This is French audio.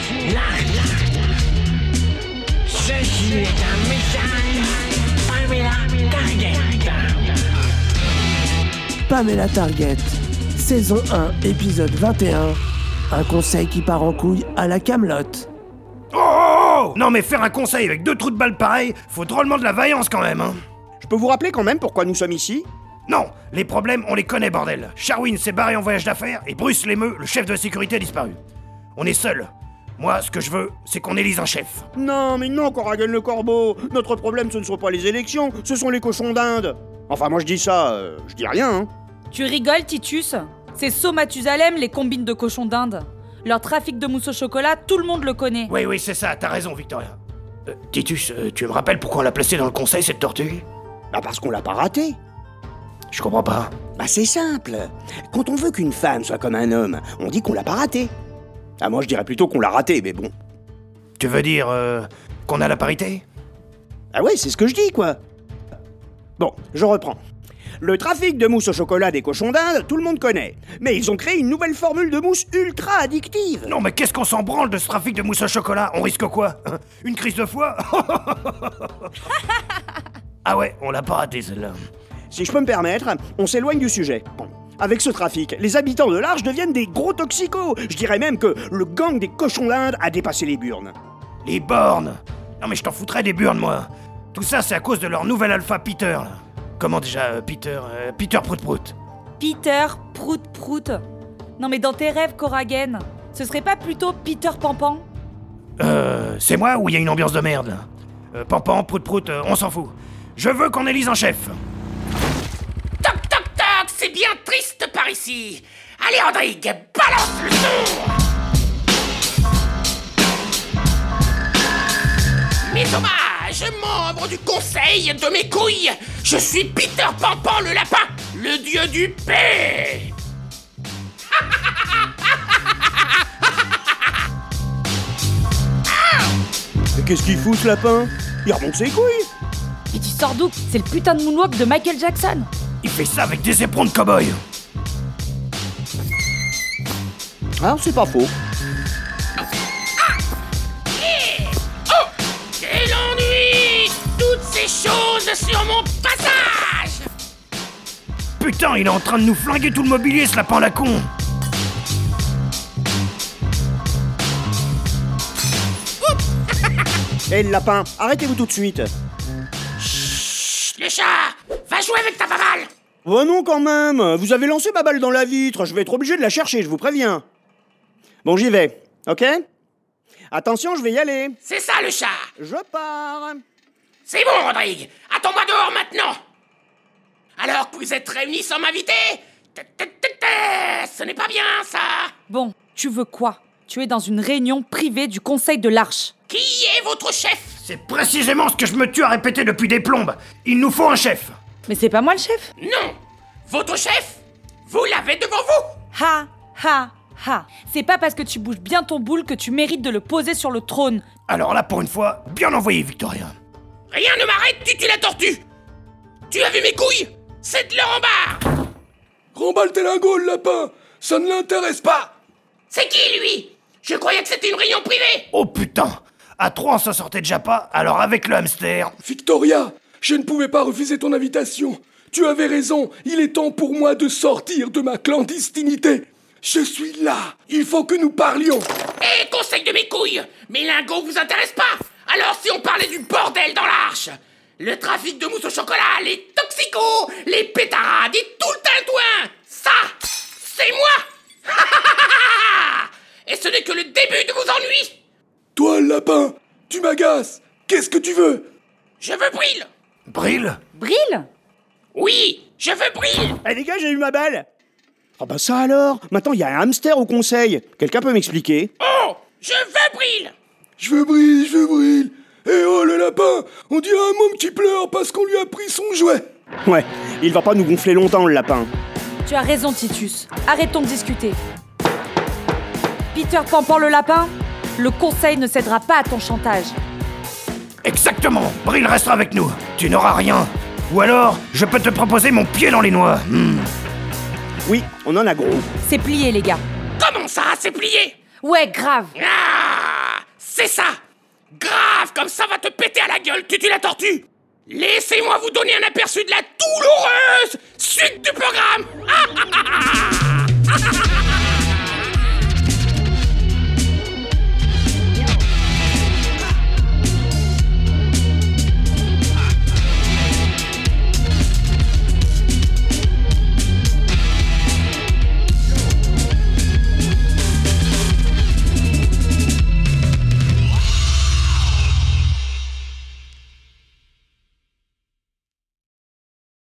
Ceci est un message Pamela Target. Pamela Target, saison 1, épisode 21. Un conseil qui part en couille à la Camelote. Oh non mais faire un conseil avec 2 trous de balle pareils, faut drôlement de la vaillance quand même, hein. Je peux vous rappeler quand même pourquoi nous sommes ici ? Non, les problèmes, on les connaît, bordel. Sharwin s'est barré en voyage d'affaires et Bruce Lemeu, le chef de la sécurité, a disparu. On est seuls. Moi, ce que je veux, c'est qu'on élise un chef. Non, mais non, Corrigan le Corbeau. Notre problème, ce ne sont pas les élections, ce sont les cochons d'Inde. Enfin, moi je dis ça, je dis rien, hein. Tu rigoles, Titus ? C'est So Mathusalem, les combines de cochons d'Inde. Leur trafic de mousse au chocolat, tout le monde le connaît. Oui, c'est ça, t'as raison, Victoria. Titus, tu me rappelles pourquoi on l'a placé dans le conseil, cette tortue ? Bah parce qu'on l'a pas raté. Je comprends pas. Bah c'est simple. Quand on veut qu'une femme soit comme un homme, on dit qu'on l'a pas raté. Ah, moi je dirais plutôt qu'on l'a raté, mais bon. Tu veux dire qu'on a la parité ? Ah ouais, c'est ce que je dis, quoi. Bon, je reprends. Le trafic de mousse au chocolat des cochons d'Inde, tout le monde connaît. Mais ils ont créé une nouvelle formule de mousse ultra addictive. Non mais qu'est-ce qu'on s'en branle de ce trafic de mousse au chocolat ? On risque quoi ? Une crise de foie ? Ah ouais, on l'a pas raté celle-là. Si je peux me permettre, on s'éloigne du sujet. Bon. Avec ce trafic, les habitants de l'Arche deviennent des gros toxicos. Je dirais même que le gang des cochons d'Inde a dépassé les burnes. Les bornes ? Non mais je t'en foutrais des burnes, moi. Tout ça, c'est à cause de leur nouvel alpha Peter, là. Comment déjà, Peter Prout Prout. Peter Prout Prout. Non mais dans tes rêves, Corrigan, ce serait pas plutôt Peter Pampan ? C'est moi ou il y a une ambiance de merde, là ? Pampan, Prout Prout, on s'en fout. Je veux qu'on élise un chef. Toc toc toc, c'est bien triste par ici. Allez Rodrigue, balance le son. Mes hommages, membres du conseil de mes couilles, je suis Peter Pampan le lapin, le dieu du paix. Mais qu'est-ce qu'il fout ce lapin ? Il remonte ses couilles. Et tu sors d'où ? C'est le putain de moonwalk de Michael Jackson. Il fait ça avec des éperons de cow-boy. Ah, c'est pas faux. Oh, quel ennui! Toutes ces choses sur mon passage! Putain, il est en train de nous flinguer tout le mobilier, ce lapin à la con. Hé, le lapin, arrêtez-vous tout de suite. Chut, le chat! Va jouer avec ta baballe! Oh non, quand même. Vous avez lancé ma balle dans la vitre. Je vais être obligé de la chercher, je vous préviens. Bon, j'y vais, ok ? Attention, je vais y aller. C'est ça le chat! Je pars. C'est bon, Rodrigue! Attends-moi dehors maintenant! Alors que vous êtes réunis sans m'inviter? Ce n'est pas bien, ça! Bon, tu veux quoi ? Tu es dans une réunion privée du conseil de l'Arche. Qui est votre chef? C'est précisément ce que je me tue à répéter depuis des plombes. Il nous faut un chef. Mais c'est pas moi le chef ? Non! Votre chef? Vous l'avez devant vous! Ha, ha, ha. C'est pas parce que tu bouges bien ton boule que tu mérites de le poser sur le trône. Alors là, pour une fois, bien envoyé, Victoria. Rien ne m'arrête, tu la tortue! Tu as vu mes couilles? C'est de leur embarre! Remballe tes lingots, le lapin! Ça ne l'intéresse pas! C'est qui, lui? Je croyais que c'était une réunion privée! Oh putain! À 3, on s'en sortait déjà pas, alors avec le hamster... Victoria, je ne pouvais pas refuser ton invitation. Tu avais raison, il est temps pour moi de sortir de ma clandestinité. Je suis là, il faut que nous parlions. Eh, conseil de mes couilles! Mes lingots vous intéressent pas? Alors si on parlait du bordel dans l'Arche? Le trafic de mousse au chocolat, les toxicos, les pétarades et tout le tintouin! Ça, c'est moi! Et ce n'est que le début de vos ennuis! Toi, le lapin, tu m'agaces. Qu'est-ce que tu veux? Je veux Brille! Brille ? Brille ? Oui, je veux Brille! Eh les gars, j'ai eu ma balle. Ah bah ça alors. Maintenant, il y a un hamster au conseil. Quelqu'un peut m'expliquer? Oh, je veux Brille! Je veux Brille, je veux Brille. Eh oh, le lapin, on dirait un môme qui pleure parce qu'on lui a pris son jouet. Ouais, il va pas nous gonfler longtemps, le lapin. Tu as raison, Titus. Arrêtons de discuter. Peter Pampan le lapin, le conseil ne cédera pas à ton chantage. Exactement. Brille restera avec nous. Tu n'auras rien. Ou alors, je peux te proposer mon pied dans les noix. Oui, on en a gros. C'est plié, les gars. Comment ça, c'est plié? Ouais, grave. Ah! C'est ça! Grave, comme ça va te péter à la gueule, Tutu la tortue! Laissez-moi vous donner un aperçu de la douloureuse suite du programme!